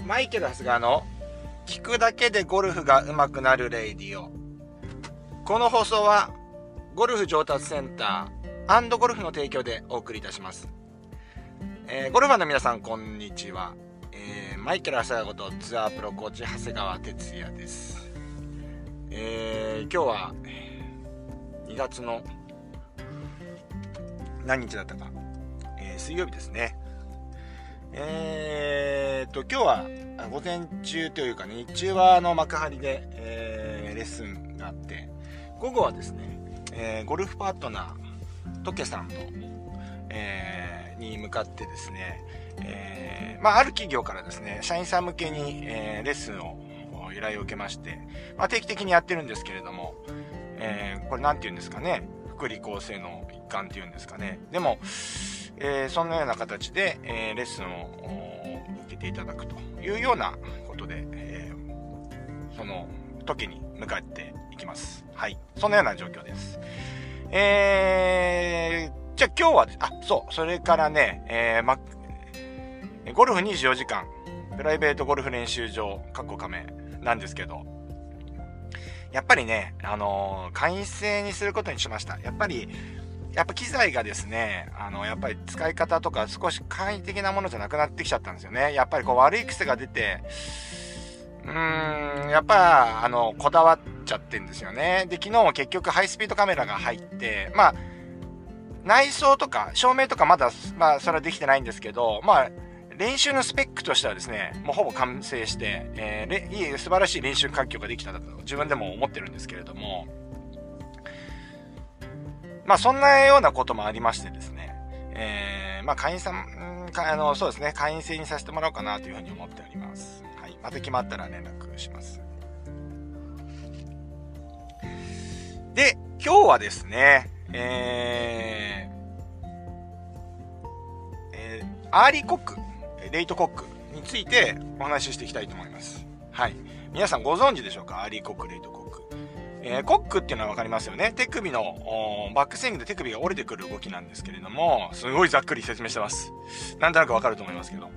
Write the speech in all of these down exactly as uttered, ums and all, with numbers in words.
マイケル・ハスガーの聞くだけでゴルフが上手くなるレイディオ。この放送はゴルフ上達センター&ゴルフの提供でお送りいたします。えー、ゴルファーの皆さんこんにちは。えー、マイケル・ハスガーことツアープロコーチ長谷川哲也です。えー、今日はにがつの何日だったか、えー、水曜日ですね。えーと今日は午前中というか、ね、日中はあの幕張で、えー、レッスンがあって、午後はですね、えー、ゴルフパートナートケさんと、えー、に向かってですね、えーまあ、ある企業からですね社員さん向けに、えー、レッスンを依頼を受けまして、まあ、定期的にやってるんですけれども、えー、これなんていうんですかね、福利厚生の一環っていうんですかね。でもえー、そんなような形で、えー、レッスンを受けていただくというようなことで、えー、その時に向かっていきます。はい。そんなような状況です。えー、じゃあ今日は、あ、そう、それからね、えー、ま、ゴルフにじゅうよじかん、プライベートゴルフ練習場、かっこ仮名なんですけど、やっぱりね、あのー、会員制にすることにしました。やっぱり、やっぱ機材がですね、あの、やっぱり使い方とか少し簡易的なものじゃなくなってきちゃったんですよね。やっぱりこう悪い癖が出て、うーん、やっぱ、あの、こだわっちゃってんですよね。で、昨日も結局ハイスピードカメラが入って、まあ、内装とか照明とかまだ、まあ、それはできてないんですけど、まあ、練習のスペックとしてはですね、もうほぼ完成して、えー、いい、素晴らしい練習環境ができたと自分でも思ってるんですけれども、まあそんなようなこともありましてですね、えー、まあ会員さん、かあの、そうですね、会員制にさせてもらおうかなというふうに思っております。はい。また決まったら連絡します。で、今日はですね、えー、えー、アーリーコック、レイトコックについてお話ししていきたいと思います。はい。皆さんご存知でしょうか？アーリーコック、レイトコック。えー、コックっていうのはわかりますよね。手首の、バックスイングで手首が折れてくる動きなんですけれども、すごいざっくり説明してます。なんとなくわかると思いますけど。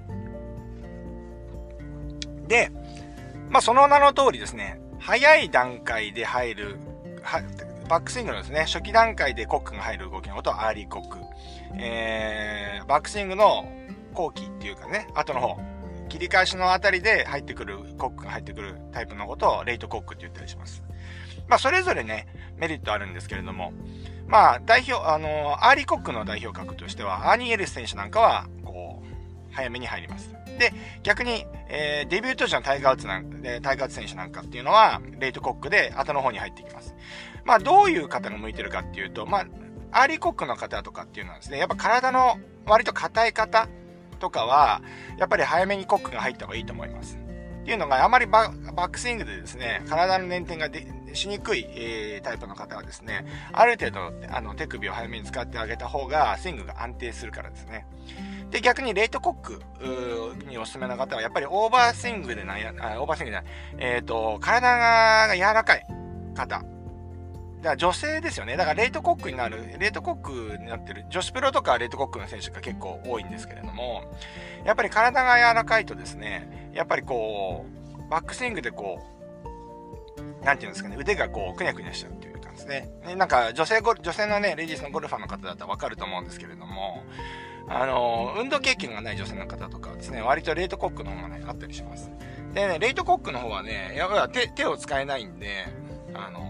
で、まあその名の通りですね、早い段階で入る、はバックスイングのですね、初期段階でコックが入る動きのことをアーリーコック。えー、バックスイングの後期っていうかね、後の方、切り返しのあたりで入ってくる、コックが入ってくるタイプのことをレイトコックって言ったりします。まあ、それぞれね、メリットあるんですけれども、まあ、代表、あの、アーリーコックの代表格としては、アーニー・エリス選手なんかは、こう、早めに入ります。で、逆に、えー、デビュー当時のタイガー・ウッズなんで、タイガー・ウッズ選手なんかっていうのは、レイトコックで後の方に入っていきます。まあ、どういう方が向いてるかっていうと、まあ、アーリーコックの方とかっていうのはですね、やっぱ体の割と硬い方とかは、やっぱり早めにコックが入った方がいいと思います。っていうのが、あまりバックスイングでですね、体の捻転がでしにくい、えー、タイプの方はですね、ある程度あの手首を早めに使ってあげた方がスイングが安定するからですね。で、逆にレイトコックにおすすめな方はやっぱりオーバースイングでない、あオーバースイングじゃない、えっと、体が柔らかい方。だから女性ですよね。だからレイトコックになる、レイトコックになってる、女子プロとかレイトコックの選手が結構多いんですけれども、やっぱり体が柔らかいとですね、やっぱりこう、バックスイングでこう、なんていうんですかね、腕がこう、くにゃくにゃしちゃうっていうかですね。ね、なんか女性ゴ、女性のね、レディースのゴルファーの方だったらわかると思うんですけれども、あの、運動経験がない女性の方とかはですね、割とレイトコックの方がね、あったりします。でね、レイトコックの方はね、やっぱ手、手を使えないんで、あの、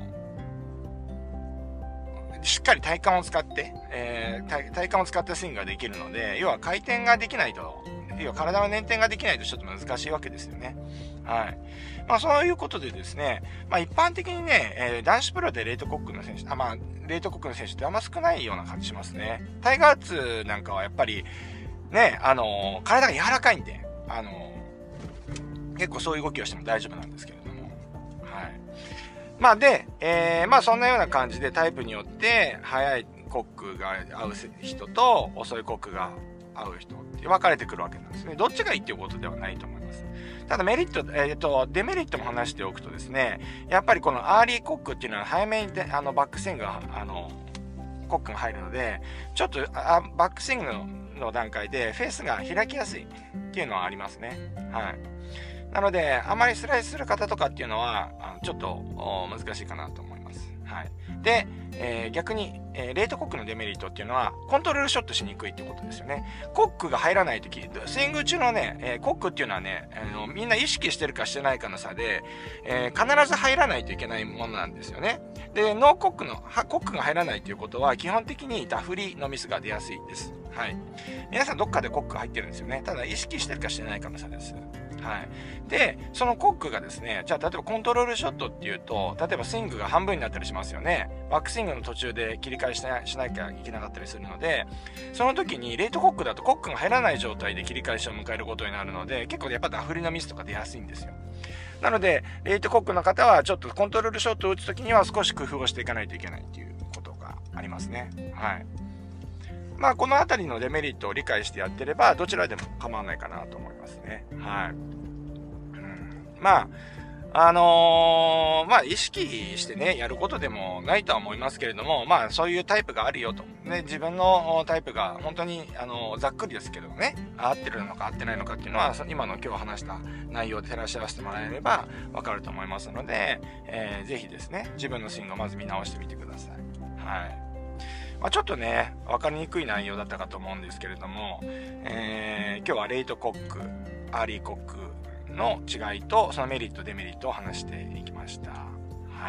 しっかり体幹を使って、えー、体、体幹を使ったスイングができるので、要は回転ができないと、要は体の捻転ができないとちょっと難しいわけですよね。はい。まあそういうことでですね、まあ一般的にね、えー、男子プロでレイトコックの選手、あ、まあ、レイトコックの選手ってあんま少ないような感じしますね。タイガーツなんかはやっぱり、ね、あのー、体が柔らかいんで、あのー、結構そういう動きをしても大丈夫なんですけれども、はい。まあで、えー、まあそんなような感じでタイプによって、速いコックが合う人と、遅いコックが合う人って分かれてくるわけなんですね。どっちがいいっていうことではないと思います。ただメリット、えっと、デメリットも話しておくとですね、やっぱりこのアーリーコックっていうのは早めにで、あの、バックスイングが、あの、 コックが入るので、ちょっとあバックスイングのの段階でフェースが開きやすいっていうのはありますね。はい。なので、あまりスライスする方とかっていうのは、あのちょっと難しいかなと思います。はい。で、えー、逆に、えー、レートコックのデメリットっていうのは、コントロールショットしにくいってことですよね。コックが入らないとき、スイング中のね、えー、コックっていうのはね、あの、みんな意識してるかしてないかの差で、えー、必ず入らないといけないものなんですよね。で、ノーコックの、コックが入らないということは、基本的にダフりのミスが出やすいです。はい。皆さんどっかでコック入ってるんですよね。ただ意識してるかしてないかの差です。はい。で、そのコックがですね、じゃあ例えばコントロールショットっていうと、例えばスイングが半分になったりしますよね。バックスイングの途中で切り替えしなしなきゃいけなかったりするので、その時にレートコックだとコックが入らない状態で切り返しを迎えることになるので、結構やっぱダフりのミスとか出やすいんですよ。なので、レートコックの方はちょっとコントロールショットを打つ時には少し工夫をしていかないといけないっていうことがありますね。はい。まあこのあたりのデメリットを理解してやってればどちらでも構わないかなと思いますね。はい。うん、まああのー、まあ意識してねやることでもないとは思いますけれども、まあそういうタイプがあるよと、ね、自分のタイプが本当にあのざっくりですけどね、合ってるのか合ってないのかっていうのは今の今日話した内容で照らし合わせてもらえればわかると思いますので、えー、ぜひですね自分のスイングをまず見直してみてください。はい。まあ、ちょっとね、わかりにくい内容だったかと思うんですけれども、えー、今日はレイトコック、アーリーコックの違いと、そのメリット、デメリットを話していきました。はい。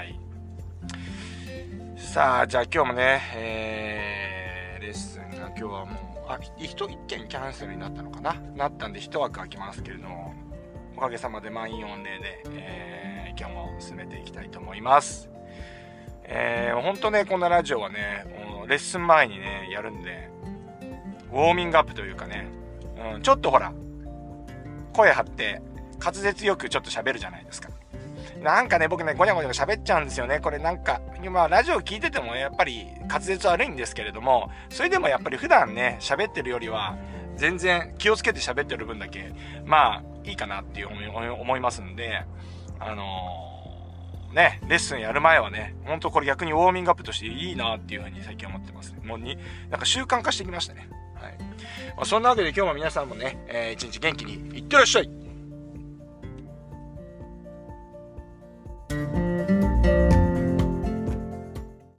さあ、じゃあ今日もね、えー、レッスンが今日はもう、あ、一件キャンセルになったのかななったんで一枠空きますけれども、おかげさまで満員御礼で、えー、今日も進めていきたいと思います。えー、ほんとね、こんなラジオはね、レッスン前にね、やるんで、ウォーミングアップというかね、うん、ちょっとほら、声張って、滑舌よくちょっと喋るじゃないですか。なんかね、僕ね、ごにゃごにゃ喋っちゃうんですよね。これなんか、今、ラジオ聞いててもやっぱり滑舌悪いんですけれども、それでもやっぱり普段ね、喋ってるよりは、全然気をつけて喋ってる分だけ、まあ、いいかなっていう思いますんで、あのー、ね、レッスンやる前はね、ほんとこれ逆にウォーミングアップとしていいなっていう風に最近思ってますね。もうに、なんか習慣化してきましたね。はい。まあ、そんなわけで今日も皆さんもね、えー、一日元気にいってらっしゃい。